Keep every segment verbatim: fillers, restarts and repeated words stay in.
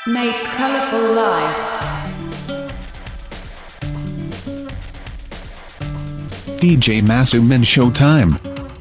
Make colorful life. ディージェー Masumin Showtime.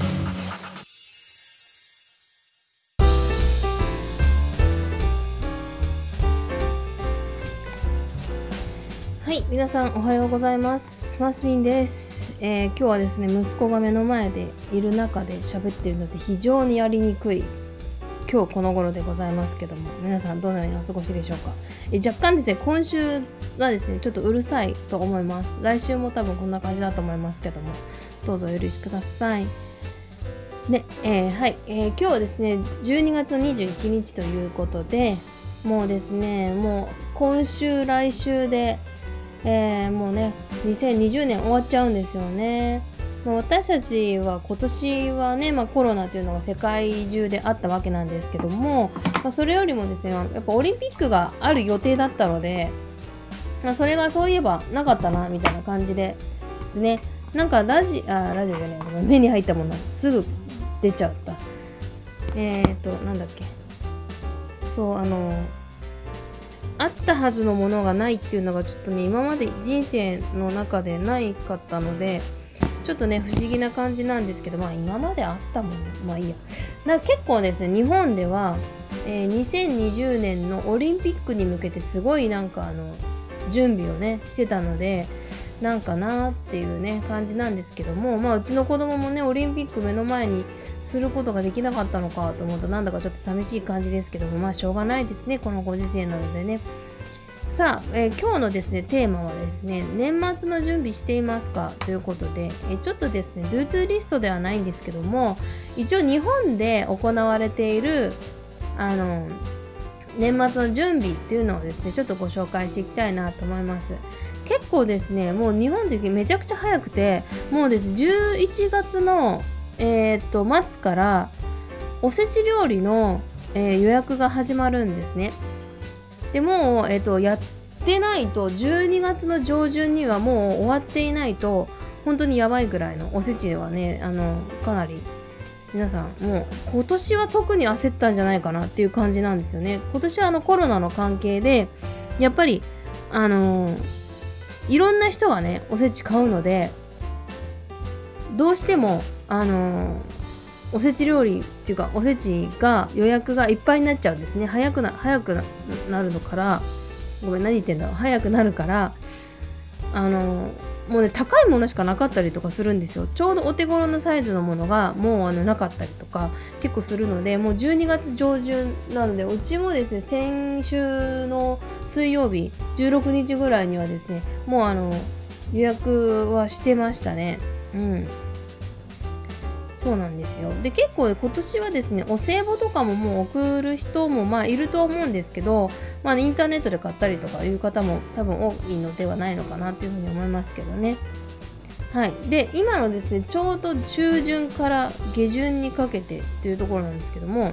はい、皆さんおはようございます。マスミンです、えー、今日はですね、息子が目の前でいる中で喋っているので非常にやりにくい今日この頃でございますけども、皆さんどのようにお過ごしでしょうか。え若干ですね、今週がですねちょっとうるさいと思います。来週も多分こんな感じだと思いますけども、どうぞお許しくださいね。えー、はい、えー、今日はですねじゅうにがつにじゅういちにちということで、もうですねもう今週来週で、えー、もうねにせんにじゅうねん終わっちゃうんですよね。まあ、私たちは今年はね、まあ、コロナというのが世界中であったわけなんですけども、まあ、それよりもですねやっぱオリンピックがある予定だったので、まあ、それがそういえばなかったなみたいな感じでですね、なんかラジあラジオじゃないごめん目に入ったものすぐ出ちゃった。えーとなんだっけそうあのあったはずのものがないっていうのがちょっとね今まで人生の中でないかったので、ちょっとね不思議な感じなんですけど、まあ今まであったものまあいいや。だから結構ですね日本では、えー、にせんにじゅうねんのオリンピックに向けてすごいなんかあの準備をねしてたので、なんかなーっていうね感じなんですけども、まあうちの子供もねオリンピック目の前にすることができなかったのかと思うと、なんだかちょっと寂しい感じですけども、まあしょうがないですね、このご時世なのでね。さあ、えー、今日のですねテーマはですね、年末の準備していますかということで、えー、ちょっとですね Do To リストではないんですけども、一応日本で行われているあの年末の準備っていうのをですねちょっとご紹介していきたいなと思います。結構ですねもう日本でめちゃくちゃ早くて、もうですじゅういちがつの、えー、っと末からおせち料理の、えー、予約が始まるんですね。でもう、えー、とやってないとじゅうにがつの上旬にはもう終わっていないと本当にやばいぐらいのおせちではね、あのかなり皆さんもう今年は特に焦ったんじゃないかなっていう感じなんですよね。今年はあのコロナの関係でやっぱりあのいろんな人がねおせち買うので、どうしてもあのおせち料理っていうかおせちが予約がいっぱいになっちゃうんですね。早くな早く な, なるのからごめん何言ってんだろう早くなるからあのもうね高いものしかなかったりとかするんですよ。ちょうどお手頃なサイズのものがもうあのなかったりとか結構するので、もうじゅうにがつ上旬なので、うちもですね先週の水曜日じゅうろくにちぐらいにはですねもうあの予約はしてましたね。うんそうなんですよ。で結構今年はですねお歳暮とかももう送る人もまあいると思うんですけど、まあ、インターネットで買ったりとかいう方も多分多いのではないのかなっていうふうに思いますけどね。はい。で今のですねちょうど中旬から下旬にかけてっていうところなんですけども、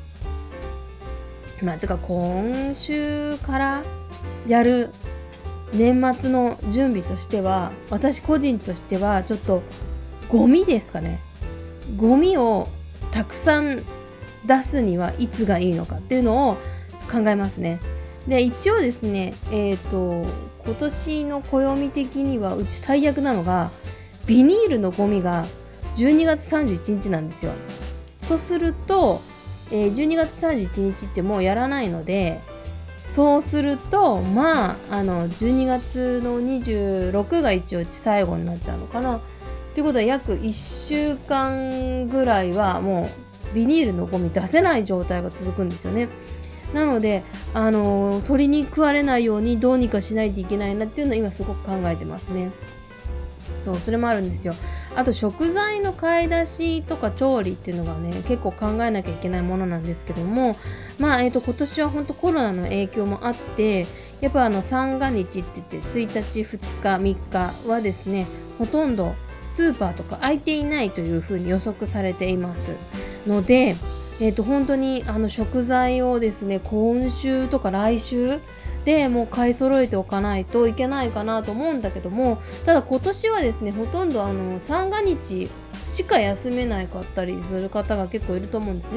まあてか今週からやる年末の準備としては、私個人としてはちょっとゴミですかね。ゴミをたくさん出すにはいつがいいのかっていうのを考えますね。で一応ですねえっと今年の暦的にはうち最悪なのがビニールのゴミがじゅうにがつさんじゅういちにちなんですよ。とすると、えー、じゅうにがつさんじゅういちにちってもうやらないので、そうするとまああのじゅうにがつのにじゅうろくが一応うち最後になっちゃうのかなということは、約いっしゅうかんぐらいはもうビニールのゴミ出せない状態が続くんですよね。なので、あのー、鳥に食われないようにどうにかしないといけないなっていうのを今すごく考えてますね。そうそれもあるんですよ。あと食材の買い出しとか調理っていうのがね結構考えなきゃいけないものなんですけども、まあ、えーと今年は本当コロナの影響もあって、やっぱあの三が日って言ってついたちふつかみっかはですねほとんどスーパーとか空いていないというふうに予測されていますので、えーと本当にあの食材をですね今週とか来週でもう買い揃えておかないといけないかなと思うんだけども、ただ今年はですねほとんどあの三が日しか休めないかったりする方が結構いると思うんですね。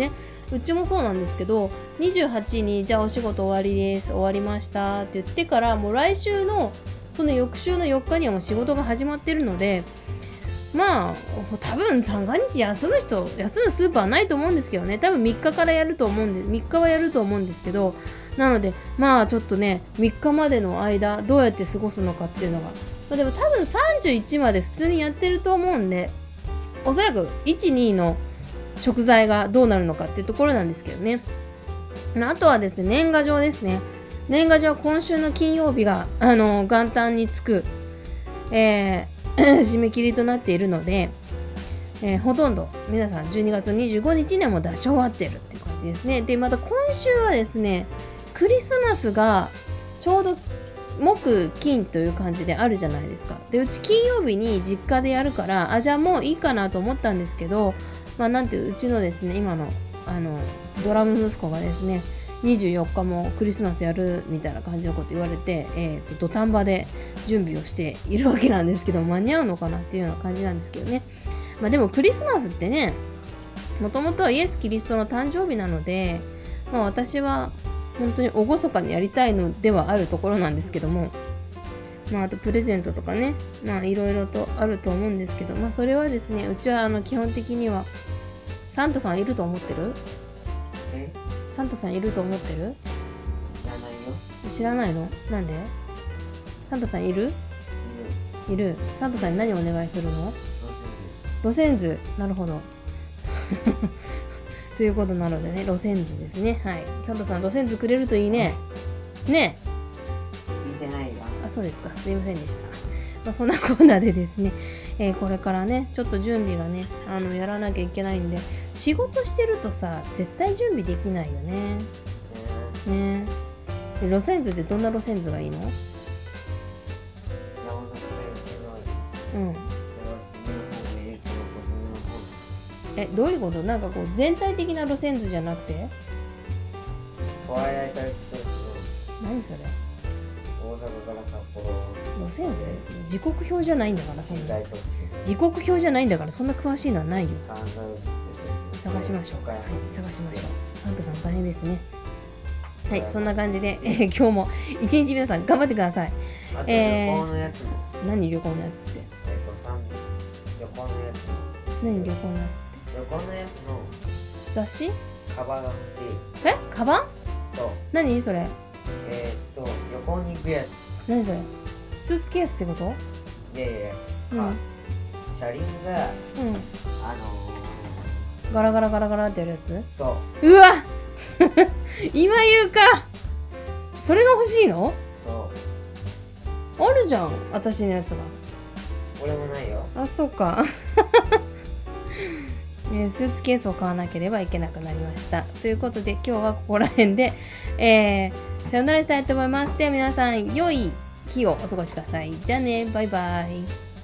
うちもそうなんですけど、にじゅうはちにじゃあお仕事終わりです、終わりましたって言ってから、もう来週のその翌週のよっかにはもう仕事が始まってるので、まあ多分三が日休む人休むスーパーはないと思うんですけどね。多分みっかからやると思うんで、みっかはやると思うんですけど、なのでまあちょっとね、みっかまでの間どうやって過ごすのかっていうのが、まあ、でも多分さんじゅういちまで普通にやってると思うんで、おそらくいち、にの食材がどうなるのかっていうところなんですけどね。あとはですね、年賀状ですね。年賀状は今週の金曜日があの元旦につく、えー締め切りとなっているので、えー、ほとんど皆さんじゅうにがつにじゅうごにちにはもう出し終わってるっていう感じですね。でまた今週はですね、クリスマスがちょうど木金という感じであるじゃないですか。でうち金曜日に実家でやるから、あじゃあもういいかなと思ったんですけど、まあなんていううちのですね、今のあのドラム息子がですね、にじゅうよっかもクリスマスやるみたいな感じのこと言われて、えー、と土壇場で準備をしているわけなんですけど、間に合うのかなっていうような感じなんですけどね。まあでもクリスマスってね、もともとはイエス・キリストの誕生日なので、まあ、私は本当に厳かにやりたいのではあるところなんですけども、まあ、あとプレゼントとかね、まあいろいろとあると思うんですけど、まあそれはですね、うちはあの基本的にはサンタさんいると思ってる？ えサンタさんいると思ってる？ 知らないよ。 知らないの？なんで？サンタさんいる？いる。サンタさんに何お願いするの？路線図。なるほど。ということなのでね、路線図ですね。はい。サンタさん路線図くれるといいね。ね聞いてないよ。 あ、そうですか。すいませんでした。まあ、そんなコーナーでですね、えーこれからね、ちょっと準備がね、あのやらなきゃいけないんで、仕事してるとさ、絶対準備できないよね。 ねねで路線図ってどんな路線図がいいの？ 山手線のうん。 日本へ行くのことのえ、どういうこと？なんかこう全体的な路線図じゃなくて？ トワイライトエクスプレス何それ？ の大阪から札幌路線図？時刻表じゃないんだから、そんな。 寝台特急時刻表じゃないんだから、そんな詳しいのはないよ。 三大探しましょう。はい、探しましょう。サンタさん大変ですね。はい、 はいそんな感じで、えー今日も一日皆さん頑張ってください。 あとえー旅行のやつも、 何旅行のやつって？ えっと三旅行のやつも何旅行のやつって？ 旅行のやつの雑誌？ カバンが欲しい。 え？カバン？ と何それ？ えー、っと旅行に行くやつ。 何それ？スーツケースってこと？ いやいやいや、 うんあ車輪がうん。 あのガラガラガラガラってやるやつ？ ー、そううわ今言うか。それが欲しいの？ そうあるじゃん、私のやつが。 俺もないよ。 あ、そうか。ねスーツケースを買わなければいけなくなりました。ということで今日はここら辺で、えー、さよならしたいと思います。では皆さん、良い日をお過ごしください。じゃあね、バイバイ。